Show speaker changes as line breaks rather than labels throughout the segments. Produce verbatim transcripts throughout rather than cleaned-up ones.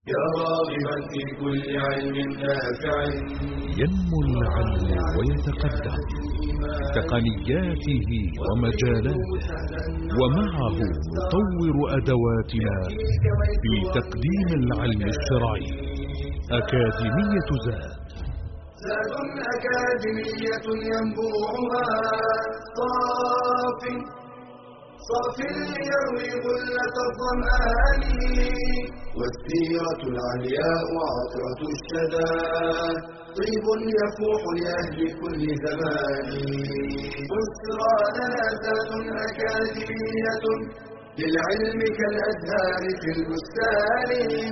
يا راغبا في كل علم نافع
ينمو العلم ويتقدم تقنياته ومجالاته، ومعه نطور أدواتنا في تقديم العلم الشرعي. أكاديمية زاد
زاد أكاديمية ينبوعها صاف صاف ليروي غلة الظمآن، والسيرة العلياء عطرة الشدى طيب يفوح لأهل كل زمان. بشرى لنا زاد أكاديمية للعلم كالأزهار في البستان.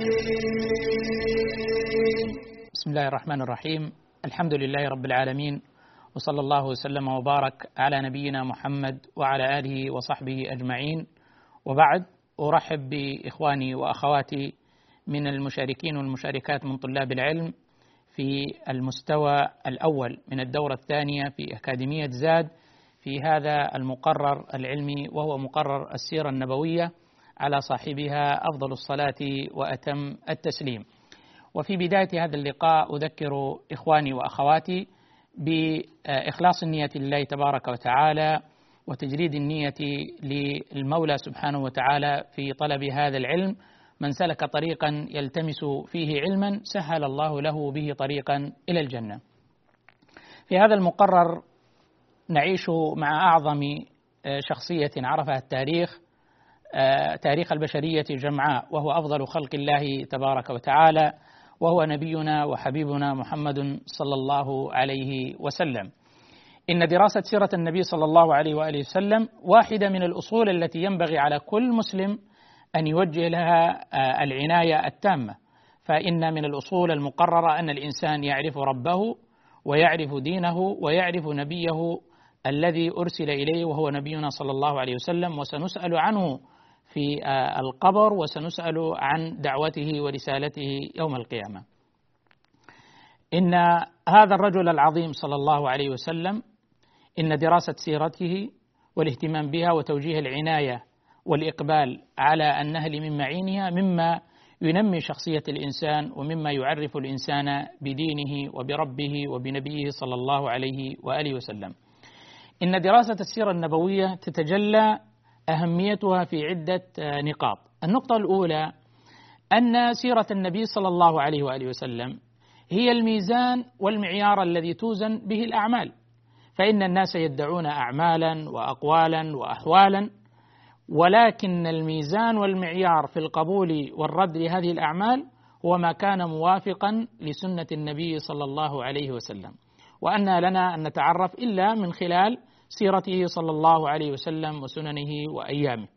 بسم الله الرحمن الرحيم. الحمد لله رب العالمين، وصلى الله وسلم وبارك على نبينا محمد وعلى آله وصحبه أجمعين، وبعد أرحب بإخواني وأخواتي من المشاركين والمشاركات من طلاب العلم في المستوى الأول من الدورة الثانية في أكاديمية زاد في هذا المقرر العلمي، وهو مقرر السيرة النبوية، على صاحبها أفضل الصلاة وأتم التسليم. وفي بداية هذا اللقاء أذكر إخواني وأخواتي بإخلاص النية لله تبارك وتعالى، وتجريد النية للمولى سبحانه وتعالى في طلب هذا العلم. من سلك طريقا يلتمس فيه علما سهل الله له به طريقا إلى الجنة. في هذا المقرر نعيش مع أعظم شخصية عرفها التاريخ، تاريخ البشرية جمعاء، وهو أفضل خلق الله تبارك وتعالى، وهو نبينا وحبيبنا محمد صلى الله عليه وسلم. إن دراسة سيرة النبي صلى الله عليه وآله وسلم واحدة من الأصول التي ينبغي على كل مسلم أن يوجه لها العناية التامة، فإن من الأصول المقررة أن الإنسان يعرف ربه ويعرف دينه ويعرف نبيه الذي أرسل إليه، وهو نبينا صلى الله عليه وسلم، وسنسأل عنه في القبر، وسنسأل عن دعوته ورسالته يوم القيامة. إن هذا الرجل العظيم صلى الله عليه وسلم، إن دراسة سيرته والاهتمام بها وتوجيه العناية والإقبال على النهل من معينها مما ينمي شخصية الإنسان، ومما يعرف الإنسان بدينه وبربه وبنبيه صلى الله عليه وآله وسلم. إن دراسة السيرة النبوية تتجلى أهميتها في عدة نقاط. النقطة الأولى أن سيرة النبي صلى الله عليه وآله وسلم هي الميزان والمعيار الذي توزن به الأعمال، فإن الناس يدعون أعمالا وأقوالا وأحوالا، ولكن الميزان والمعيار في القبول والرد لهذه الأعمال هو ما كان موافقا لسنة النبي صلى الله عليه وسلم، وأن لنا أن نتعرف إلا من خلال سيرته صلى الله عليه وسلم وسننه وأيامه.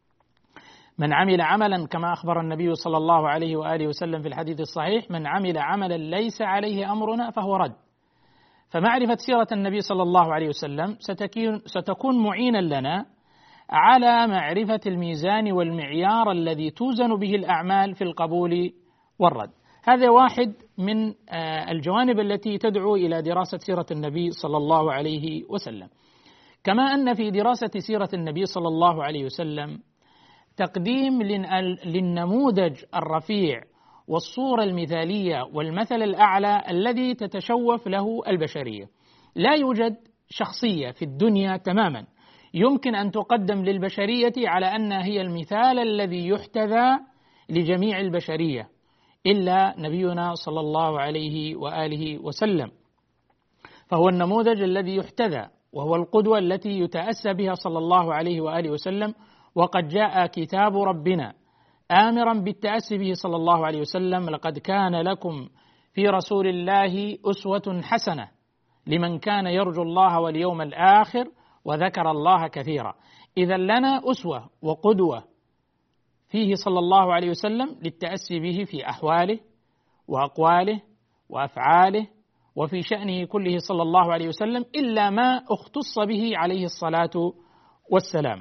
من عمل عملا كما أخبر النبي صلى الله عليه وآله وسلم في الحديث الصحيح: من عمل عملا ليس عليه أمرنا فهو رد. فمعرفة سيرة النبي صلى الله عليه وسلم ستكون معينا لنا على معرفة الميزان والمعيار الذي توزن به الأعمال في القبول والرد. هذا واحد من الجوانب التي تدعو إلى دراسة سيرة النبي صلى الله عليه وسلم. كما أن في دراسة سيرة النبي صلى الله عليه وسلم تقديم للنموذج الرفيع والصورة المثالية والمثل الأعلى الذي تتشوف له البشرية. لا يوجد شخصية في الدنيا تماما يمكن أن تقدم للبشرية على أنها هي المثال الذي يحتذى لجميع البشرية إلا نبينا صلى الله عليه وآله وسلم، فهو النموذج الذي يحتذى، وهو القدوة التي يتأسى بها صلى الله عليه وآله وسلم. وقد جاء كتاب ربنا آمرا بالتأسي به صلى الله عليه وسلم: لقد كان لكم في رسول الله أسوة حسنة لمن كان يرجو الله واليوم الآخر وذكر الله كثيرا. إذا لنا أسوة وقدوة فيه صلى الله عليه وسلم للتأسي به في أحواله وأقواله وأفعاله وفي شأنه كله صلى الله عليه وسلم، إلا ما اختص به عليه الصلاة والسلام.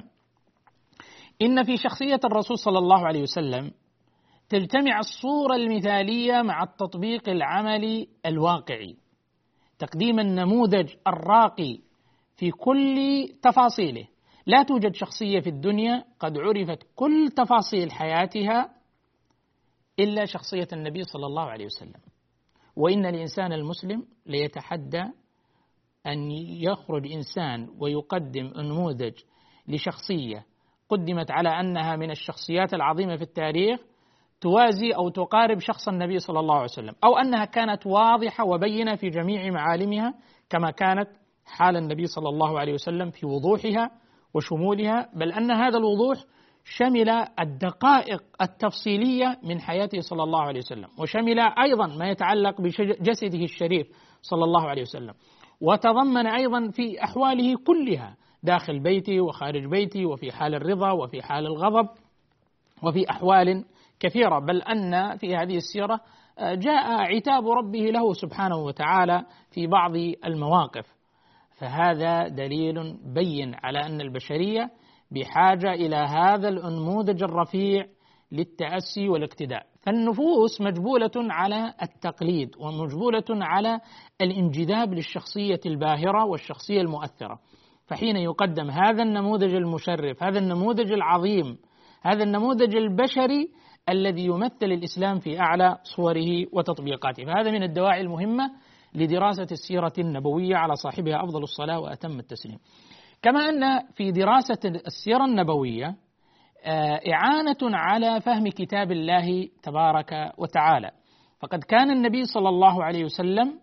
إن في شخصية الرسول صلى الله عليه وسلم تجتمع الصورة المثالية مع التطبيق العملي الواقعي، تقديم النموذج الراقي في كل تفاصيله. لا توجد شخصية في الدنيا قد عرفت كل تفاصيل حياتها إلا شخصية النبي صلى الله عليه وسلم. وإن الإنسان المسلم ليتحدى أن يخرج إنسان ويقدم نموذج لشخصية قدمت على أنها من الشخصيات العظيمة في التاريخ توازي أو تقارب شخص النبي صلى الله عليه وسلم، أو أنها كانت واضحة وبينة في جميع معالمها كما كانت حال النبي صلى الله عليه وسلم في وضوحها وشمولها، بل أن هذا الوضوح شمل الدقائق التفصيلية من حياته صلى الله عليه وسلم، وشمل أيضا ما يتعلق بجسده الشريف صلى الله عليه وسلم، وتضمن أيضا في أحواله كلها داخل بيته وخارج بيته، وفي حال الرضا وفي حال الغضب، وفي أحوال كثيرة، بل أن في هذه السيرة جاء عتاب ربه له سبحانه وتعالى في بعض المواقف. فهذا دليل بين على أن البشرية بحاجة إلى هذا النموذج الرفيع للتأسي والاقتداء. فالنفوس مجبولة على التقليد ومجبولة على الانجذاب للشخصية الباهرة والشخصية المؤثرة، فحين يقدم هذا النموذج المشرف، هذا النموذج العظيم، هذا النموذج البشري الذي يمثل الإسلام في أعلى صوره وتطبيقاته، فهذا من الدواعي المهمة لدراسة السيرة النبوية على صاحبها أفضل الصلاة وأتم التسليم. كما أن في دراسة السيرة النبوية إعانة على فهم كتاب الله تبارك وتعالى، فقد كان النبي صلى الله عليه وسلم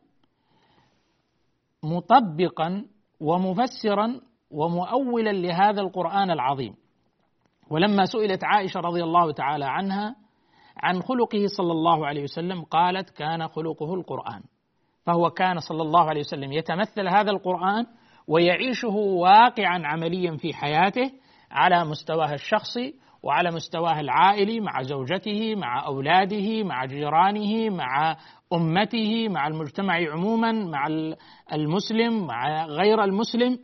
مطبقا ومفسرا ومؤولا لهذا القرآن العظيم. ولما سئلت عائشة رضي الله تعالى عنها عن خلقه صلى الله عليه وسلم قالت كان خلقه القرآن، فهو كان صلى الله عليه وسلم يتمثل هذا القرآن ويعيشه واقعا عمليا في حياته على مستواه الشخصي وعلى مستواه العائلي، مع زوجته، مع أولاده، مع جيرانه، مع أمته، مع المجتمع عموما، مع المسلم، مع غير المسلم،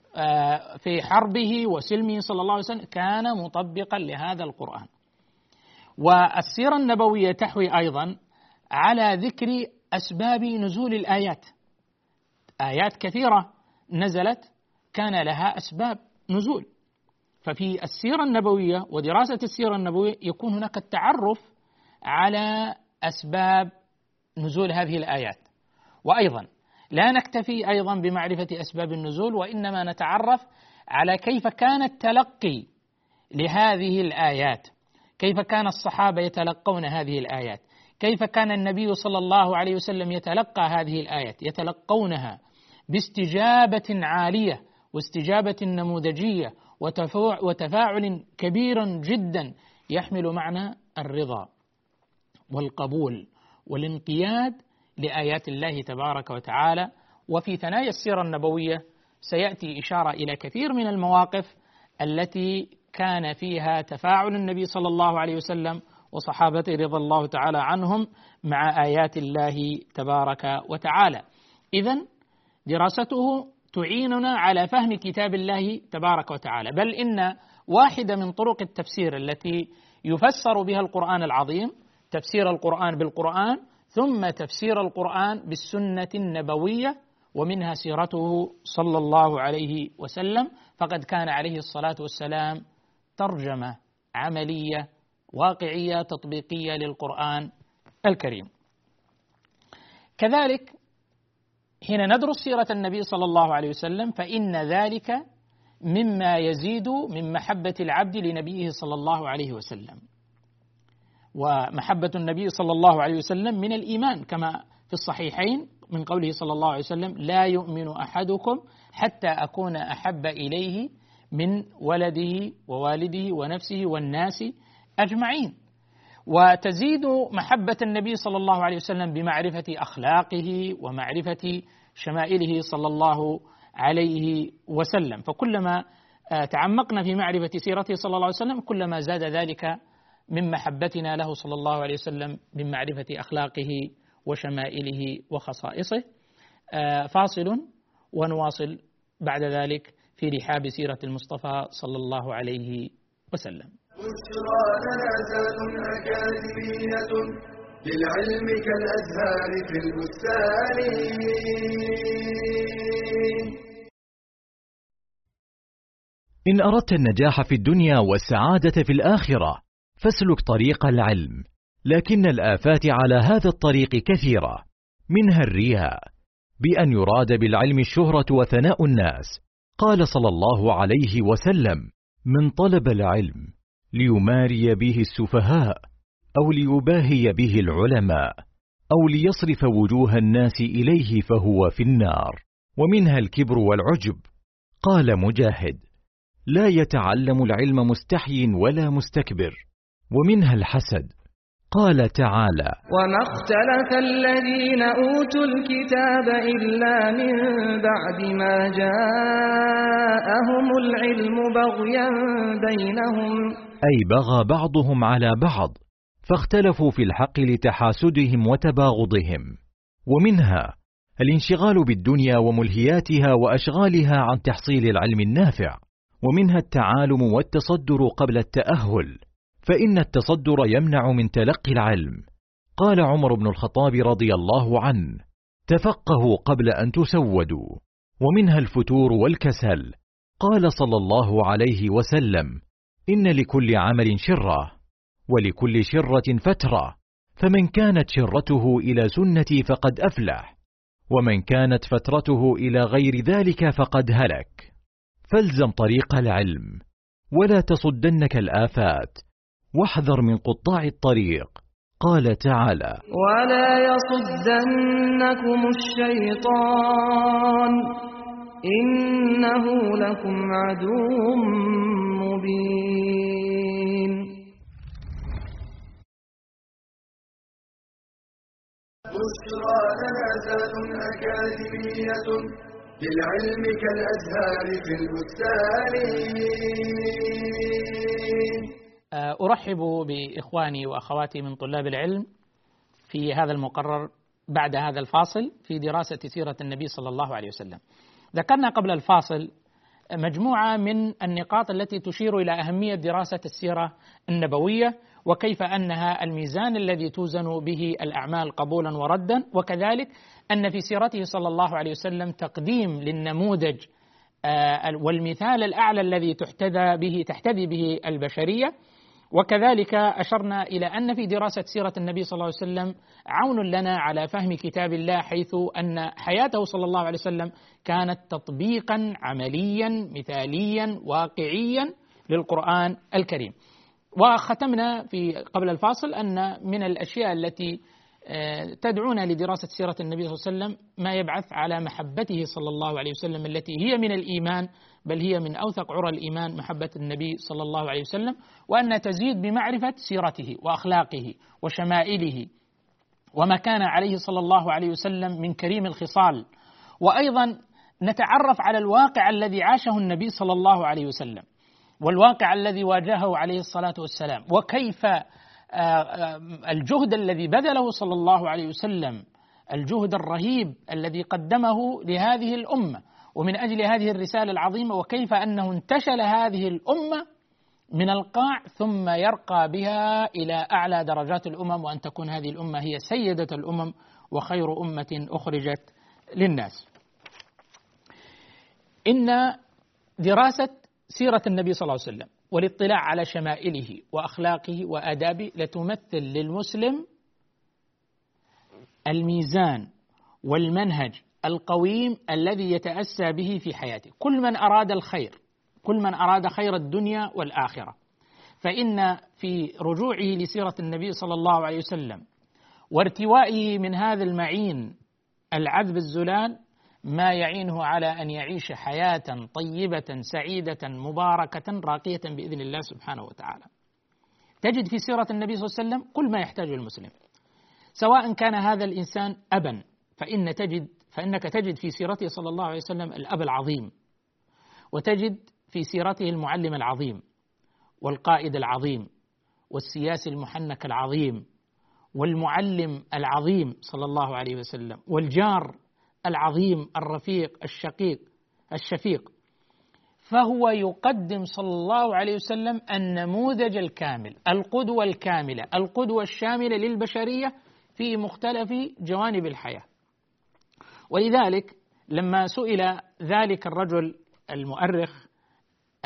في حربه وسلمه صلى الله عليه وسلم كان مطبقا لهذا القرآن. والسيرة النبوية تحوي أيضا على ذكر أسباب نزول الآيات، آيات كثيرة نزلت كان لها أسباب نزول، ففي السيرة النبوية ودراسة السيرة النبوية يكون هناك التعرف على أسباب نزول هذه الآيات. وأيضا لا نكتفي أيضا بمعرفة أسباب النزول، وإنما نتعرف على كيف كان التلقي لهذه الآيات، كيف كان الصحابة يتلقون هذه الآيات، كيف كان النبي صلى الله عليه وسلم يتلقى هذه الآيات، يتلقونها باستجابة عالية واستجابة نموذجية وتفاعل كبير جدا يحمل معنى الرضا والقبول والانقياد لآيات الله تبارك وتعالى. وفي ثنايا السيرة النبوية سيأتي إشارة إلى كثير من المواقف التي كان فيها تفاعل النبي صلى الله عليه وسلم وصحابته رضي الله تعالى عنهم مع آيات الله تبارك وتعالى. إذن دراسته تعيننا على فهم كتاب الله تبارك وتعالى، بل إن واحدة من طرق التفسير التي يفسر بها القرآن العظيم تفسير القرآن بالقرآن، ثم تفسير القرآن بالسنة النبوية، ومنها سيرته صلى الله عليه وسلم، فقد كان عليه الصلاة والسلام ترجمة عملية واقعية تطبيقية للقرآن الكريم. كذلك حين ندرس سيرة النبي صلى الله عليه وسلم فإن ذلك مما يزيد من محبة العبد لنبيه صلى الله عليه وسلم، ومحبة النبي صلى الله عليه وسلم من الإيمان، كما في الصحيحين من قوله صلى الله عليه وسلم لا يؤمن أحدكم حتى أكون أحب إليه من ولده ووالده ونفسه والناس أجمعين. وتزيد محبة النبي صلى الله عليه وسلم بمعرفة أخلاقه ومعرفة شمائله صلى الله عليه وسلم، فكلما تعمقنا في معرفة سيرته صلى الله عليه وسلم كلما زاد ذلك من محبتنا له صلى الله عليه وسلم من معرفة أخلاقه وشمائله وخصائصه. فاصل ونواصل بعد ذلك في رحاب سيرة المصطفى صلى الله عليه وسلم.
بشرى لنا زاد أكاديمية للعلم كالأزهار في البستان.
إن أردت النجاح في الدنيا والسعادة في الآخرة فاسلك طريق العلم، لكن الآفات على هذا الطريق كثيرة، منها الرياء، بأن يراد بالعلم الشهرة وثناء الناس. قال صلى الله عليه وسلم: من طلب العلم ليماري به السفهاء أو ليباهي به العلماء أو ليصرف وجوه الناس إليه فهو في النار. ومنها الكبر والعجب. قال مجاهد: لا يتعلم العلم مستحي ولا مستكبر. ومنها الحسد. قال تعالى:
وما اختلف الذين أوتوا الكتاب إلا من بعد ما جاءهم العلم بغيا بينهم،
أي بغى بعضهم على بعض فاختلفوا في الحق لتحاسدهم وتباغضهم. ومنها الانشغال بالدنيا وملهياتها وأشغالها عن تحصيل العلم النافع. ومنها التعالم والتصدر قبل التأهل، فإن التصدر يمنع من تلقي العلم. قال عمر بن الخطاب رضي الله عنه: تفقهوا قبل أن تسودوا. ومنها الفتور والكسل. قال صلى الله عليه وسلم: إن لكل عمل شرة، ولكل شرة فترة، فمن كانت شرته إلى سنتي فقد أفلح، ومن كانت فترته إلى غير ذلك فقد هلك. فالزم طريق العلم ولا تصدنك الآفات، واحذر من قطاع الطريق. قال تعالى:
ولا يصدنكم الشيطان إنه لكم عدو مبين.
بشرى لنا ذات أكاديمية للعلم كالأزهار في البستان.
أرحب بإخواني وأخواتي من طلاب العلم في هذا المقرر بعد هذا الفاصل في دراسة سيرة النبي صلى الله عليه وسلم. ذكرنا قبل الفاصل مجموعة من النقاط التي تشير إلى أهمية دراسة السيرة النبوية، وكيف أنها الميزان الذي توزن به الأعمال قبولا وردا، وكذلك أن في سيرته صلى الله عليه وسلم تقديم للنموذج والمثال الأعلى الذي تحتذى به تحتذي به البشرية. وكذلك أشرنا إلى أن في دراسة سيرة النبي صلى الله عليه وسلم عون لنا على فهم كتاب الله، حيث أن حياته صلى الله عليه وسلم كانت تطبيقا عمليا مثاليا واقعيا للقرآن الكريم. وختمنا في قبل الفاصل أن من الأشياء التي تدعونا لدراسة سيرة النبي صلى الله عليه وسلم ما يبعث على محبته صلى الله عليه وسلم، التي هي من الإيمان، بل هي من أوثق عرى الإيمان محبة النبي صلى الله عليه وسلم، وأن تزيد بمعرفة سيرته وأخلاقه وشمائله وما كان عليه صلى الله عليه وسلم من كريم الخصال. وأيضا نتعرف على الواقع الذي عاشه النبي صلى الله عليه وسلم، والواقع الذي واجهه عليه الصلاة والسلام، وكيف الجهد الذي بذله صلى الله عليه وسلم، الجهد الرهيب الذي قدمه لهذه الأمة ومن أجل هذه الرسالة العظيمة، وكيف أنه انتشل هذه الأمة من القاع ثم يرقى بها إلى أعلى درجات الأمم، وأن تكون هذه الأمة هي سيدة الأمم وخير أمة أخرجت للناس. إن دراسة سيرة النبي صلى الله عليه وسلم والاطلاع على شمائله وأخلاقه وآدابه لتمثل للمسلم الميزان والمنهج القويم الذي يتأسى به في حياته. كل من أراد الخير، كل من أراد خير الدنيا والآخرة، فإن في رجوعه لسيرة النبي صلى الله عليه وسلم وارتوائه من هذا المعين العذب الزلال ما يعينه على أن يعيش حياة طيبة سعيدة مباركة راقية بإذن الله سبحانه وتعالى. تجد في سيرة النبي صلى الله عليه وسلم كل ما يحتاجه المسلم، سواء كان هذا الإنسان أبا، فإن تجد فإنك تجد في سيرته صلى الله عليه وسلم الأب العظيم، وتجد في سيرته المعلم العظيم والقائد العظيم والسياسي المحنك العظيم والمعلم العظيم صلى الله عليه وسلم والجار العظيم الرفيق الشقيق الشفيق. فهو يقدم صلى الله عليه وسلم النموذج الكامل، القدوة الكاملة، القدوة الشاملة للبشرية في مختلف جوانب الحياة. ولذلك لما سئل ذلك الرجل المؤرخ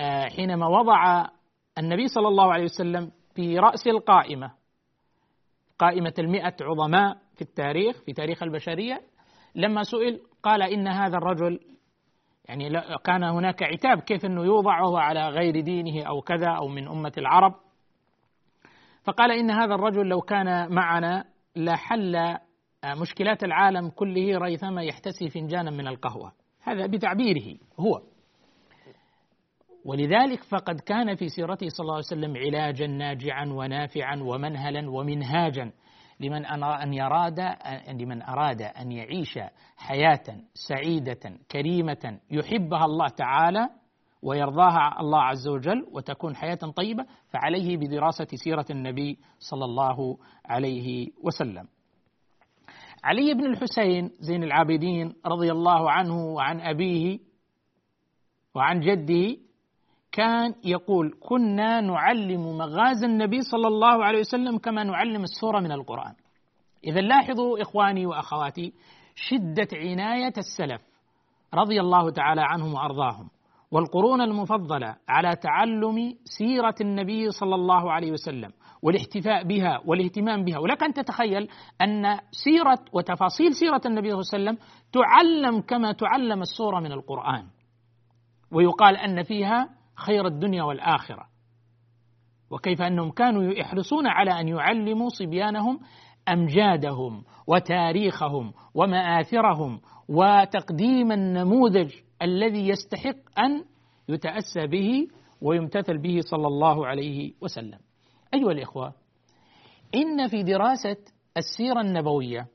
حينما وضع النبي صلى الله عليه وسلم في رأس القائمة قائمة المئة عظماء في التاريخ في تاريخ البشرية، لما سئل قال إن هذا الرجل يعني كان هناك عتاب كيف أنه يوضع وهو على غير دينه أو كذا أو من أمة العرب، فقال إن هذا الرجل لو كان معنا لحل مشكلات العالم كله ريثما يحتسي فنجانا من القهوة. هذا بتعبيره هو. ولذلك فقد كان في سيرته صلى الله عليه وسلم علاجا ناجعا ونافعا ومنهلا ومنهاجا لمن أن يراد لمن أراد أن يعيش حياة سعيدة كريمة يحبها الله تعالى ويرضاها الله عز وجل وتكون حياة طيبة، فعليه بدراسة سيرة النبي صلى الله عليه وسلم. علي بن الحسين زين العابدين رضي الله عنه وعن أبيه وعن جده كان يقول: كنا نعلم مغازي النبي صلى الله عليه وسلم كما نعلم السورة من القرآن. إذا لاحظوا إخواني وأخواتي شدة عناية السلف رضي الله تعالى عنهم وأرضاهم والقرون المفضلة على تعلم سيرة النبي صلى الله عليه وسلم والاحتفاء بها والاهتمام بها. ولك أن تتخيل أن سيرة وتفاصيل سيرة النبي صلى الله عليه وسلم تعلم كما تعلم السورة من القرآن، ويقال أن فيها خير الدنيا والآخرة، وكيف أنهم كانوا يحرصون على أن يعلموا صبيانهم أمجادهم وتاريخهم ومآثرهم وتقديم النموذج الذي يستحق أن يتأسى به ويمتثل به صلى الله عليه وسلم. أيها الإخوة، إن في دراسة السيرة النبوية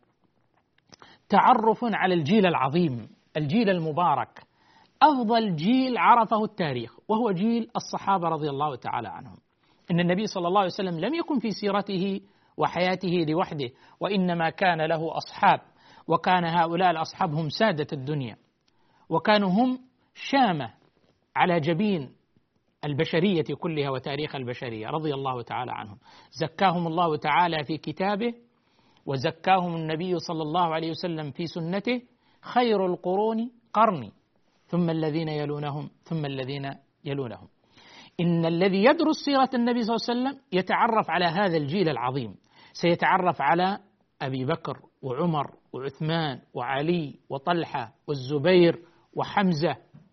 تعرف على الجيل العظيم، الجيل المبارك، أفضل جيل عرفه التاريخ، وهو جيل الصحابة رضي الله تعالى عنهم. إن النبي صلى الله عليه وسلم لم يكن في سيرته وحياته لوحده، وإنما كان له أصحاب، وكان هؤلاء الأصحاب هم سادة الدنيا، وكانوا هم شامة على جبين البشرية كلها وتاريخ البشرية رضي الله تعالى عنهم. زكاهم الله تعالى في كتابه، وزكاهم النبي صلى الله عليه وسلم في سنته: خير القرون قرني ثم الذين يلونهم ثم الذين يلونهم. إن الذي يدرس سيرة النبي صلى الله عليه وسلم يتعرف على هذا الجيل العظيم، سيتعرف على أبي بكر وعمر وعثمان وعلي وطلحة والزبير وحمزة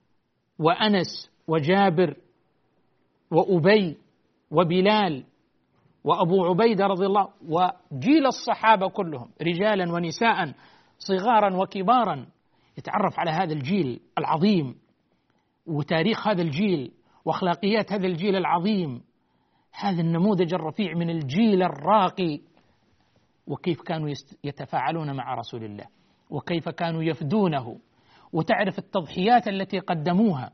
وأنس وجابر وأبي وبلال وأبو عبيدة رضي الله، وجيل الصحابة كلهم رجالا ونساء صغارا وكبارا. يتعرف على هذا الجيل العظيم وتاريخ هذا الجيل وأخلاقيات هذا الجيل العظيم، هذا النموذج الرفيع من الجيل الراقي، وكيف كانوا يتفاعلون مع رسول الله وكيف كانوا يفدونه، وتعرف التضحيات التي قدموها.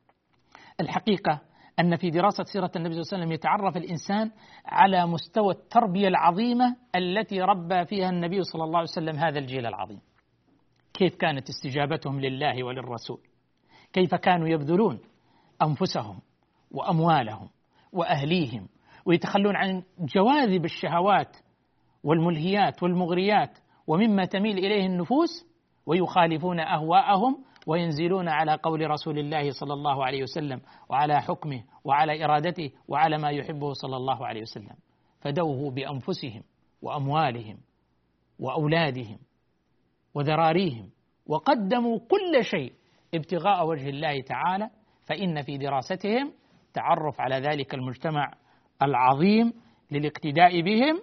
الحقيقة أن في دراسة سيرة النبي صلى الله عليه وسلم يتعرف الإنسان على مستوى التربية العظيمة التي ربى فيها النبي صلى الله عليه وسلم هذا الجيل العظيم. كيف كانت استجابتهم لله وللرسول، كيف كانوا يبذلون أنفسهم وأموالهم وأهليهم ويتخلون عن جواذب الشهوات والملهيات والمغريات ومما تميل إليه النفوس، ويخالفون أهواءهم وينزلون على قول رسول الله صلى الله عليه وسلم وعلى حكمه وعلى إرادته وعلى ما يحبه صلى الله عليه وسلم. فدوه بأنفسهم وأموالهم وأولادهم وذراريهم، وقدموا كل شيء ابتغاء وجه الله تعالى. فإن في دراستهم تعرف على ذلك المجتمع العظيم للاقتداء بهم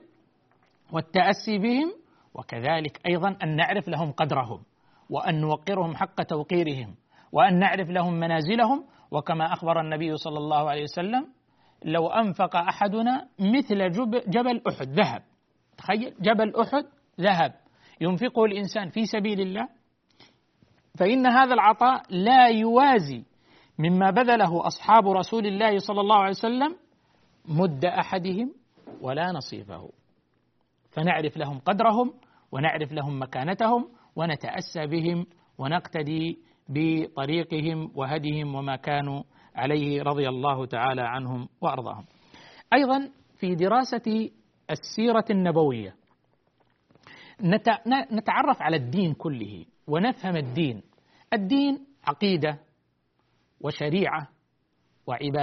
والتأسي بهم، وكذلك أيضا أن نعرف لهم قدرهم وأن نوقرهم حق توقيرهم وأن نعرف لهم منازلهم. وكما أخبر النبي صلى الله عليه وسلم: لو أنفق أحدنا مثل جبل أحد ذهب، تخيل جبل أحد ذهب ينفقه الإنسان في سبيل الله، فإن هذا العطاء لا يوازي مما بذله أصحاب رسول الله صلى الله عليه وسلم مد أحدهم ولا نصيفه. فنعرف لهم قدرهم ونعرف لهم مكانتهم ونتأسى بهم ونقتدي بطريقهم وهديهم وما كانوا عليه رضي الله تعالى عنهم وأرضاهم. أيضا في دراسة السيرة النبوية نتعرف على الدين كله ونفهم الدين. الدين عقيدة وشريعة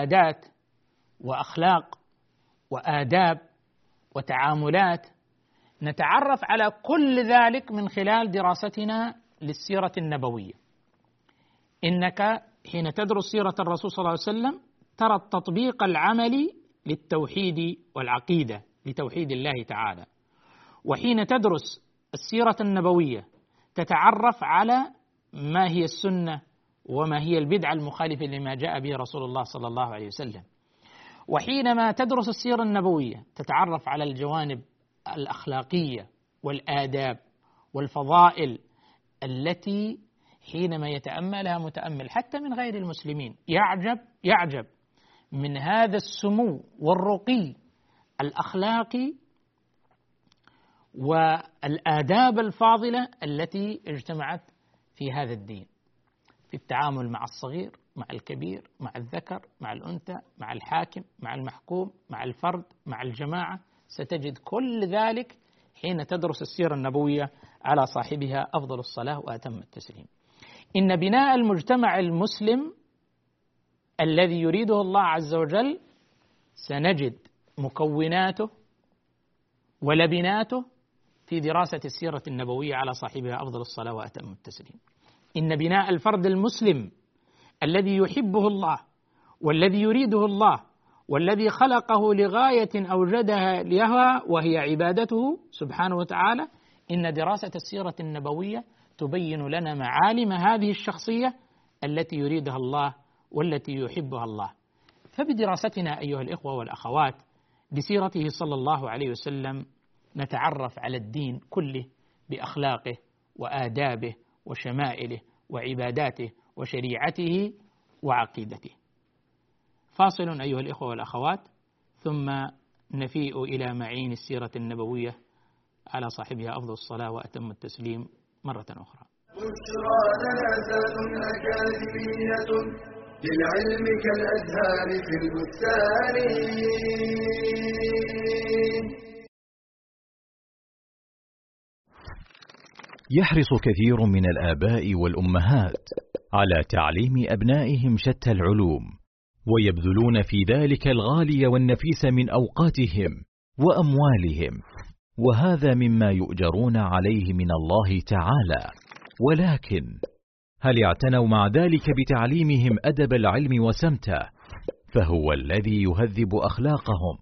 وعبادات وأخلاق وآداب وتعاملات نتعرف على كل ذلك من خلال دراستنا للسيرة النبوية. إنك حين تدرس سيرة الرسول صلى الله عليه وسلم ترى التطبيق العملي للتوحيد والعقيدة، لتوحيد الله تعالى. وحين تدرس السيرة النبوية تتعرف على ما هي السنة وما هي البدعة المخالفة لما جاء به رسول الله صلى الله عليه وسلم. وحينما تدرس السيرة النبوية تتعرف على الجوانب الأخلاقية والآداب والفضائل التي حينما يتأملها متأمل حتى من غير المسلمين يعجب يعجب من هذا السمو والرقي الأخلاقي والآداب الفاضلة التي اجتمعت في هذا الدين، في التعامل مع الصغير، مع الكبير، مع الذكر، مع الأنثى، مع الحاكم، مع المحكوم، مع الفرد، مع الجماعة. ستجد كل ذلك حين تدرس السيرة النبوية على صاحبها أفضل الصلاة وأتم التسليم. إن بناء المجتمع المسلم الذي يريده الله عز وجل سنجد مكوناته ولبناته في دراسة السيرة النبوية على صاحبها أفضل الصلاة وأتم التسليم. إن بناء الفرد المسلم الذي يحبه الله والذي يريده الله والذي خلقه لغاية أوجدها لها وهي عبادته سبحانه وتعالى، إن دراسة السيرة النبوية تبين لنا معالم هذه الشخصية التي يريدها الله والتي يحبها الله. فبدراستنا أيها الإخوة والأخوات بسيرته صلى الله عليه وسلم نتعرف على الدين كله بأخلاقه وآدابه وشمائله وعباداته وشريعته وعقيدته. فاصل أيها الإخوة والأخوات ثم نفيء إلى معين السيرة النبوية على صاحبها أفضل الصلاة وأتم التسليم مرة أخرى.
بشرى جنازات أكاديمية للعلم كالأزهار في البستان.
يحرص كثير من الآباء والأمهات على تعليم أبنائهم شتى العلوم، ويبذلون في ذلك الغالي والنفيس من أوقاتهم وأموالهم، وهذا مما يؤجرون عليه من الله تعالى. ولكن هل اعتنوا مع ذلك بتعليمهم أدب العلم وسمته؟ فهو الذي يهذب أخلاقهم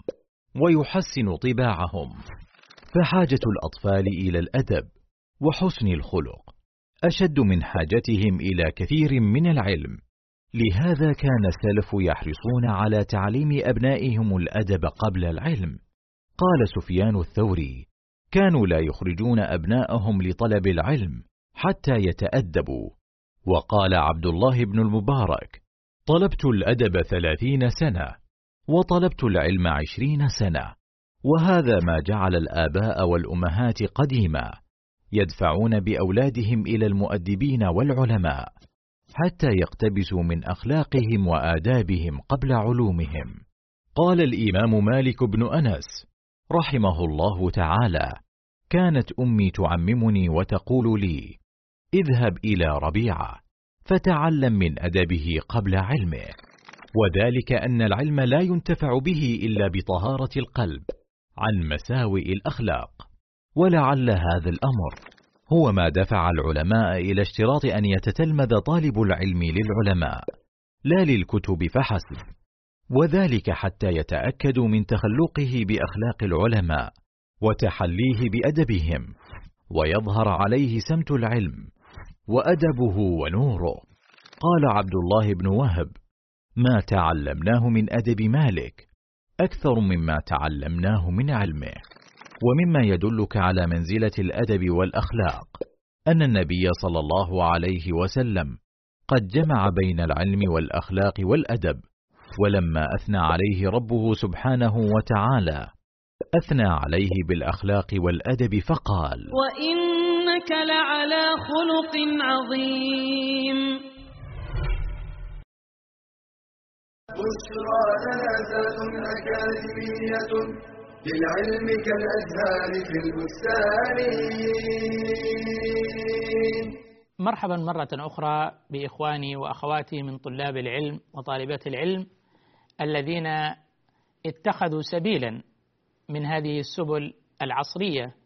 ويحسن طباعهم. فحاجة الأطفال إلى الأدب وحسن الخلق أشد من حاجتهم إلى كثير من العلم. لهذا كان السلف يحرصون على تعليم أبنائهم الأدب قبل العلم. قال سفيان الثوري: كانوا لا يخرجون أبناءهم لطلب العلم حتى يتأدبوا. وقال عبد الله بن المبارك: طلبت الأدب ثلاثين سنة وطلبت العلم عشرين سنة. وهذا ما جعل الآباء والأمهات قديما يدفعون بأولادهم إلى المؤدبين والعلماء حتى يقتبسوا من أخلاقهم وآدابهم قبل علومهم. قال الإمام مالك بن أنس رحمه الله تعالى: كانت أمي تعممني وتقول لي: اذهب إلى ربيعة فتعلم من أدبه قبل علمه. وذلك أن العلم لا ينتفع به إلا بطهارة القلب عن مساوئ الأخلاق. ولعل هذا الأمر هو ما دفع العلماء إلى اشتراط أن يتتلمذ طالب العلم للعلماء لا للكتب فحسب، وذلك حتى يتأكدوا من تخلقه بأخلاق العلماء وتحليه بأدبهم، ويظهر عليه سمت العلم وأدبه ونوره. قال عبد الله بن وهب: ما تعلمناه من أدب مالك أكثر مما تعلمناه من علمه. ومما يدلك على منزلة الأدب والأخلاق أن النبي صلى الله عليه وسلم قد جمع بين العلم والأخلاق والأدب. ولما أثنى عليه ربه سبحانه وتعالى أثنى عليه بالأخلاق والأدب فقال:
وإنك لعلى خلق عظيم.
بشرى جنازات أكاديمية للعلم كالأزهار في البستان.
مرحبا مرة أخرى بإخواني وأخواتي من طلاب العلم وطالبات العلم الذين اتخذوا سبيلا من هذه السبل العصرية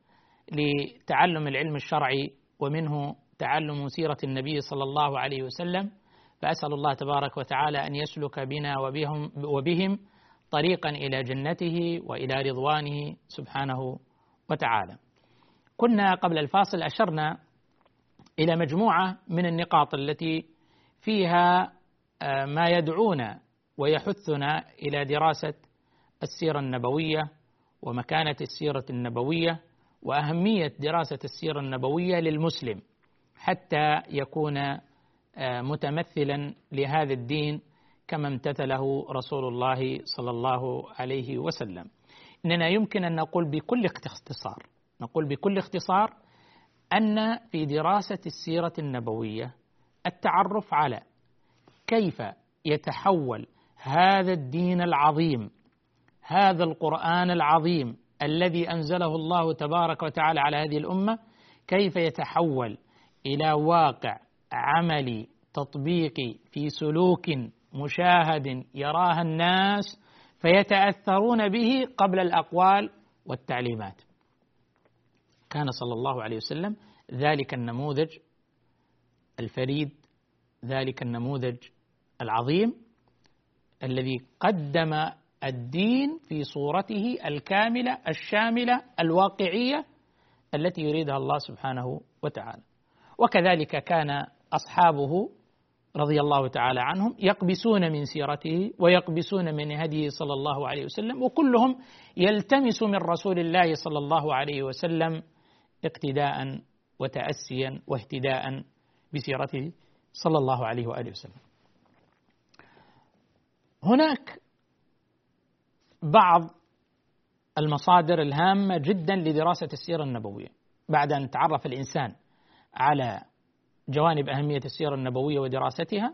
لتعلم العلم الشرعي ومنه تعلم سيرة النبي صلى الله عليه وسلم، فأسأل الله تبارك وتعالى أن يسلك بنا وبهم, وبهم طريقا إلى جنته وإلى رضوانه سبحانه وتعالى. كنا قبل الفاصل أشرنا إلى مجموعة من النقاط التي فيها ما يدعونا ويحثنا إلى دراسة السيرة النبوية ومكانة السيرة النبوية وأهمية دراسة السيرة النبوية للمسلم حتى يكون متمثلا لهذا الدين كما امتثله رسول الله صلى الله عليه وسلم. إننا يمكن أن نقول بكل اختصار نقول بكل اختصار أن في دراسة السيرة النبوية التعرف على كيف يتحول هذا الدين العظيم، هذا القرآن العظيم الذي أنزله الله تبارك وتعالى على هذه الأمة، كيف يتحول إلى واقع عملي تطبيقي في سلوك مشاهد يراها الناس فيتأثرون به قبل الأقوال والتعليمات. كان صلى الله عليه وسلم ذلك النموذج الفريد، ذلك النموذج العظيم الذي قدم الدين في صورته الكاملة الشاملة الواقعية التي يريدها الله سبحانه وتعالى. وكذلك كان أصحابه رضي الله تعالى عنهم يقبسون من سيرته ويقبسون من هديه صلى الله عليه وسلم، وكلهم يلتمس من رسول الله صلى الله عليه وسلم اقتداء وتأسيا واهتداء بسيرته صلى الله عليه وآله وسلم. هناك بعض المصادر الهامة جدا لدراسة السيرة النبوية. بعد أن تعرف الإنسان على جوانب أهمية السيرة النبوية ودراستها،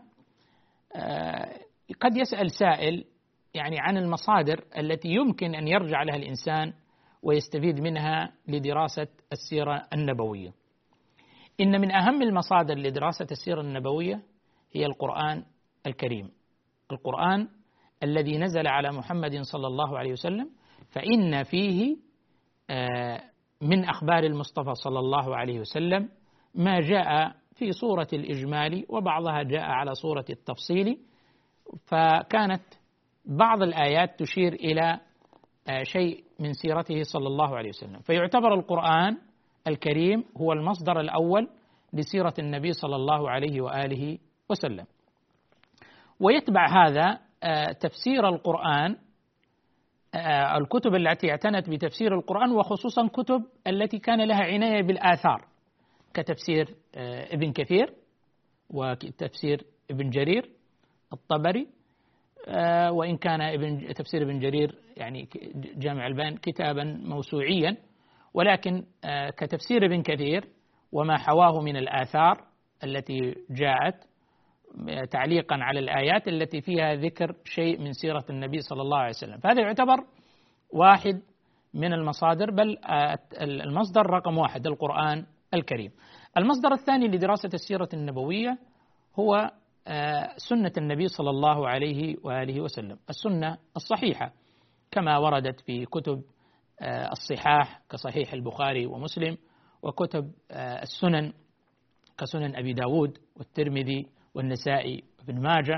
قد يسأل سائل يعني عن المصادر التي يمكن أن يرجع لها الإنسان ويستفيد منها لدراسة السيرة النبوية. إن من أهم المصادر لدراسة السيرة النبوية هي القرآن الكريم، القرآن الذي نزل على محمد صلى الله عليه وسلم، فإن فيه من أخبار المصطفى صلى الله عليه وسلم ما جاء في صورة الإجمال وبعضها جاء على صورة التفصيل، فكانت بعض الآيات تشير إلى شيء من سيرته صلى الله عليه وسلم. فيعتبر القرآن الكريم هو المصدر الأول لسيرة النبي صلى الله عليه وآله وسلم. ويتبع هذا تفسير القرآن، الكتب التي اعتنت بتفسير القرآن، وخصوصا كتب التي كان لها عناية بالآثار كتفسير ابن كثير وتفسير ابن جرير الطبري، وإن كان ابن تفسير ابن جرير يعني جامع البيان كتابا موسوعيا، ولكن كتفسير ابن كثير وما حواه من الآثار التي جاءت تعليقا على الآيات التي فيها ذكر شيء من سيرة النبي صلى الله عليه وسلم، فهذا يعتبر واحد من المصادر، بل المصدر رقم واحد القرآن الكريم. المصدر الثاني لدراسة السيرة النبوية هو سنة النبي صلى الله عليه وآله وسلم، السنة الصحيحة كما وردت في كتب الصحاح كصحيح البخاري ومسلم، وكتب السنن كسنن أبي داود والترمذي والنسائي وابن ماجه،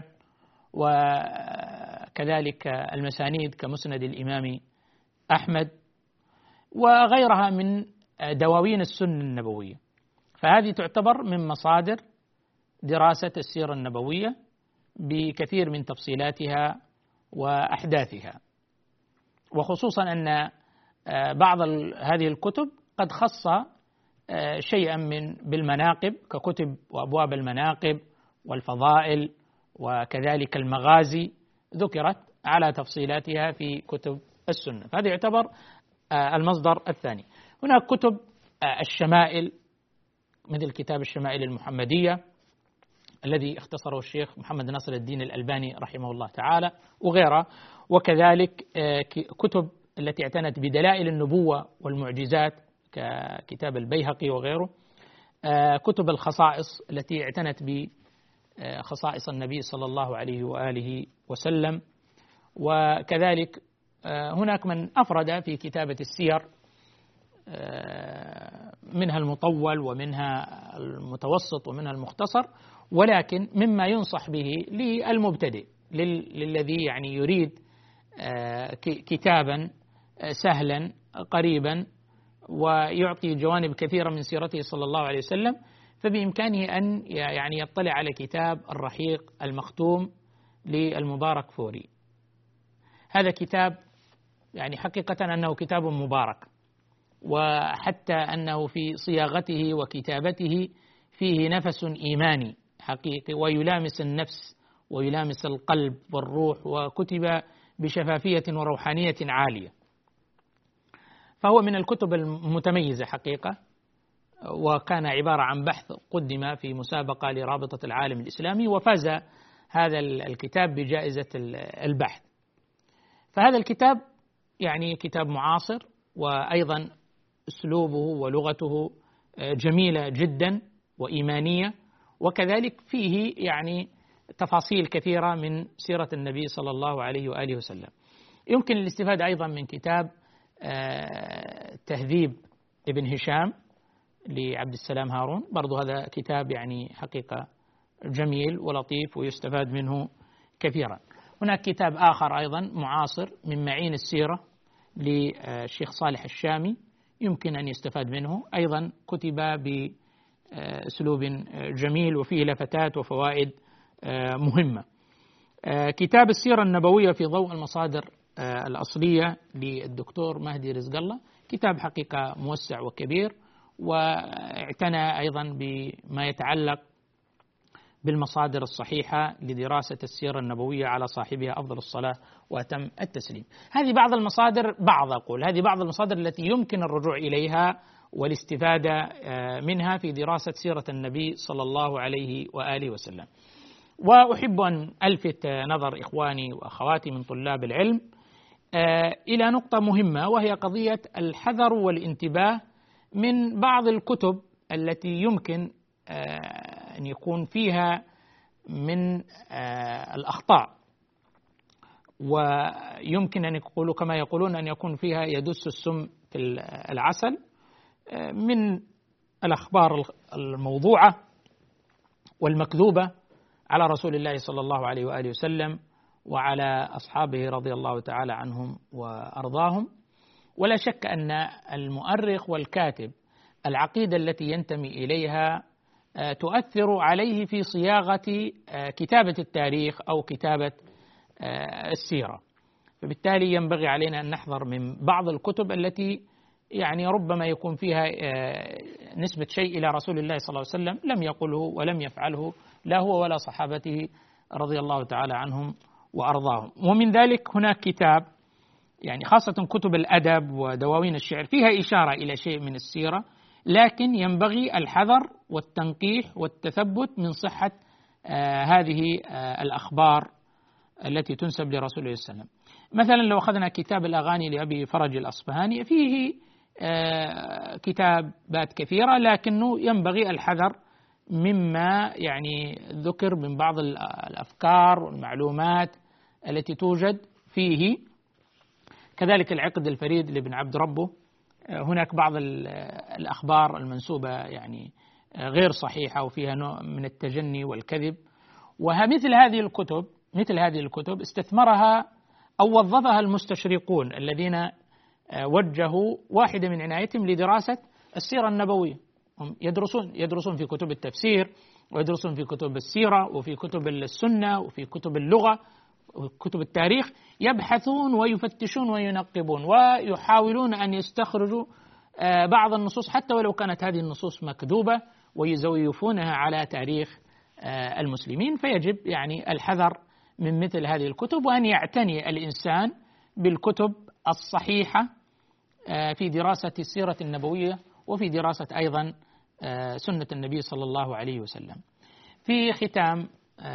وكذلك المسانيد كمسند الإمام أحمد وغيرها من دواوين السنة النبوية. فهذه تعتبر من مصادر دراسة السيرة النبوية بكثير من تفصيلاتها وأحداثها، وخصوصا أن بعض هذه الكتب قد خص شيئا من بالمناقب ككتب وأبواب المناقب والفضائل، وكذلك المغازي ذكرت على تفصيلاتها في كتب السنة، فهذا يعتبر المصدر الثاني. هناك كتب الشمائل مثل كتاب الشمائل المحمدية الذي اختصره الشيخ محمد ناصر الدين الألباني رحمه الله تعالى وغيره، وكذلك كتب التي اعتنت بدلائل النبوة والمعجزات ككتاب البيهقي وغيره، كتب الخصائص التي اعتنت بخصائص النبي صلى الله عليه وآله وسلم، وكذلك هناك من أفرد في كتابة السير منها المطول ومنها المتوسط ومنها المختصر، ولكن مما ينصح به للمبتدئ، للذي يعني يريد كتابا سهلا قريبا ويعطي جوانب كثيرة من سيرته صلى الله عليه وسلم، فبإمكانه أن يعني يطلع على كتاب الرحيق المختوم للمبارك فوري. هذا كتاب يعني حقيقة أنه كتاب مبارك، وحتى أنه في صياغته وكتابته فيه نفس إيماني حقيقي ويلامس النفس ويلامس القلب والروح، وكتب بشفافية وروحانية عالية، فهو من الكتب المتميزة حقيقة، وكان عبارة عن بحث قدم في مسابقة لرابطة العالم الإسلامي، وفاز هذا الكتاب بجائزة البحث. فهذا الكتاب يعني كتاب معاصر، وأيضا أسلوبه ولغته جميلة جدا وإيمانية، وكذلك فيه يعني تفاصيل كثيرة من سيرة النبي صلى الله عليه وآله وسلم. يمكن الاستفادة أيضا من كتاب تهذيب ابن هشام لعبد السلام هارون، برضو هذا كتاب يعني حقيقة جميل ولطيف ويستفاد منه كثيرا. هناك كتاب آخر أيضا معاصر من معين السيرة للشيخ صالح الشامي، يمكن أن يستفاد منه، أيضا كتب بأسلوب جميل وفيه لفتات وفوائد مهمة. كتاب السيرة النبوية في ضوء المصادر الأصلية للدكتور مهدي رزق الله، كتاب حقيقة موسع وكبير، واعتنى أيضا بما يتعلق بالمصادر الصحيحة لدراسة السيرة النبوية على صاحبها أفضل الصلاة وأتم التسليم. هذه بعض المصادر، بعض أقول هذه بعض المصادر التي يمكن الرجوع إليها والاستفادة منها في دراسة سيرة النبي صلى الله عليه وآله وسلم. وأحب أن ألفت نظر إخواني وأخواتي من طلاب العلم إلى نقطة مهمة، وهي قضية الحذر والانتباه من بعض الكتب التي يمكن أن يكون فيها من الأخطاء، ويمكن أن يقولوا كما يقولون أن يكون فيها يدس السم في العسل، من الأخبار الموضوعة والمكذوبة على رسول الله صلى الله عليه وآله وسلم وعلى أصحابه رضي الله تعالى عنهم وأرضاهم. ولا شك أن المؤرخ والكاتب العقيدة التي ينتمي إليها تؤثر عليه في صياغة كتابة التاريخ أو كتابة السيرة، فبالتالي ينبغي علينا أن نحذر من بعض الكتب التي يعني ربما يكون فيها نسبة شيء إلى رسول الله صلى الله عليه وسلم لم يقله ولم يفعله لا هو ولا صحابته رضي الله تعالى عنهم وأرضاهم. ومن ذلك هناك كتاب يعني خاصة كتب الأدب ودواوين الشعر فيها إشارة إلى شيء من السيرة، لكن ينبغي الحذر والتنقيح والتثبت من صحة آه هذه آه الأخبار التي تنسب لرسول الله صلى الله عليه وسلم. مثلا لو أخذنا كتاب الأغاني لأبي فرج الأصفهاني فيه آه كتابات كثيرة، لكنه ينبغي الحذر مما يعني ذكر من بعض الأفكار والمعلومات التي توجد فيه. كذلك العقد الفريد لابن عبد ربه، هناك بعض الأخبار المنسوبة يعني غير صحيحة وفيها نوع من التجني والكذب. ومثل هذه الكتب مثل هذه الكتب استثمرها أو وظفها المستشرقون الذين وجهوا واحدة من عنايتهم لدراسة السيرة النبوية. هم يدرسون يدرسون في كتب التفسير، ويدرسون في كتب السيرة، وفي كتب السنة، وفي كتب اللغة، وكتب التاريخ، يبحثون ويفتشون وينقبون ويحاولون أن يستخرجوا بعض النصوص حتى ولو كانت هذه النصوص مكذوبة ويزيفونها على تاريخ المسلمين. فيجب يعني الحذر من مثل هذه الكتب، وأن يعتني الإنسان بالكتب الصحيحة في دراسة السيرة النبوية وفي دراسة أيضا سنة النبي صلى الله عليه وسلم. في ختام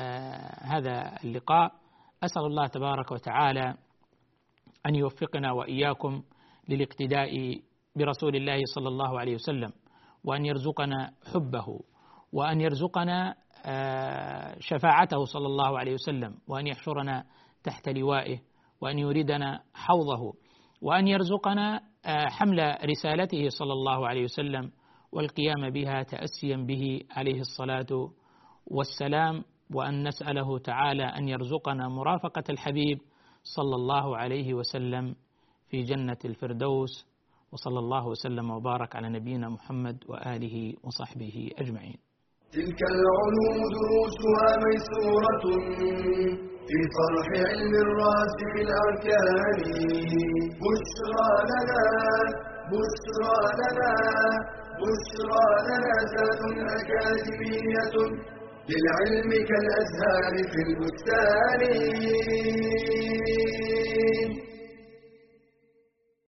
هذا اللقاء أسأل الله تبارك وتعالى أن يوفقنا وإياكم للاقتداء برسول الله صلى الله عليه وسلم، وأن يرزقنا حبه، وأن يرزقنا شفاعته صلى الله عليه وسلم، وأن يحشرنا تحت لوائه، وأن يريدنا حوضه، وأن يرزقنا حمل رسالته صلى الله عليه وسلم، والقيام بها تأسيا به عليه الصلاة والسلام، وأن نسأله تعالى أن يرزقنا مرافقة الحبيب صلى الله عليه وسلم في جنة الفردوس. وصلى الله وسلم وبارك على نبينا محمد وآله وصحبه أجمعين.
تلك العلوم دروسها ميسورة في صرح علم الراسخ الأركان. بشرى لنا بشرى لنا بشرى لنا ذات أكاديمية للعلم كالأزهار في البستان.